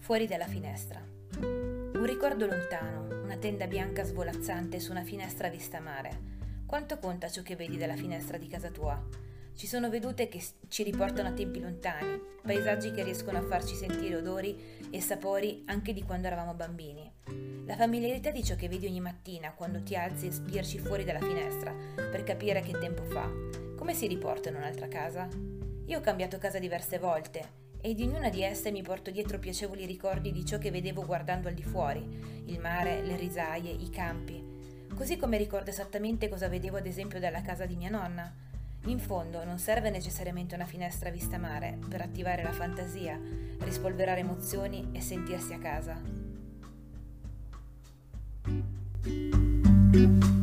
Fuori dalla finestra. Un ricordo lontano, una tenda bianca svolazzante su una finestra vista mare. Quanto conta ciò che vedi dalla finestra di casa tua? Ci sono vedute che ci riportano a tempi lontani, paesaggi che riescono a farci sentire odori e sapori anche di quando eravamo bambini. La familiarità di ciò che vedi ogni mattina quando ti alzi e spirci fuori dalla finestra per capire che tempo fa. Come si riporta in un'altra casa? Io ho cambiato casa diverse volte e di ognuna di esse mi porto dietro piacevoli ricordi di ciò che vedevo guardando al di fuori, il mare, le risaie, i campi. Così come ricordo esattamente cosa vedevo ad esempio dalla casa di mia nonna. In fondo non serve necessariamente una finestra vista mare per attivare la fantasia, rispolverare emozioni e sentirsi a casa.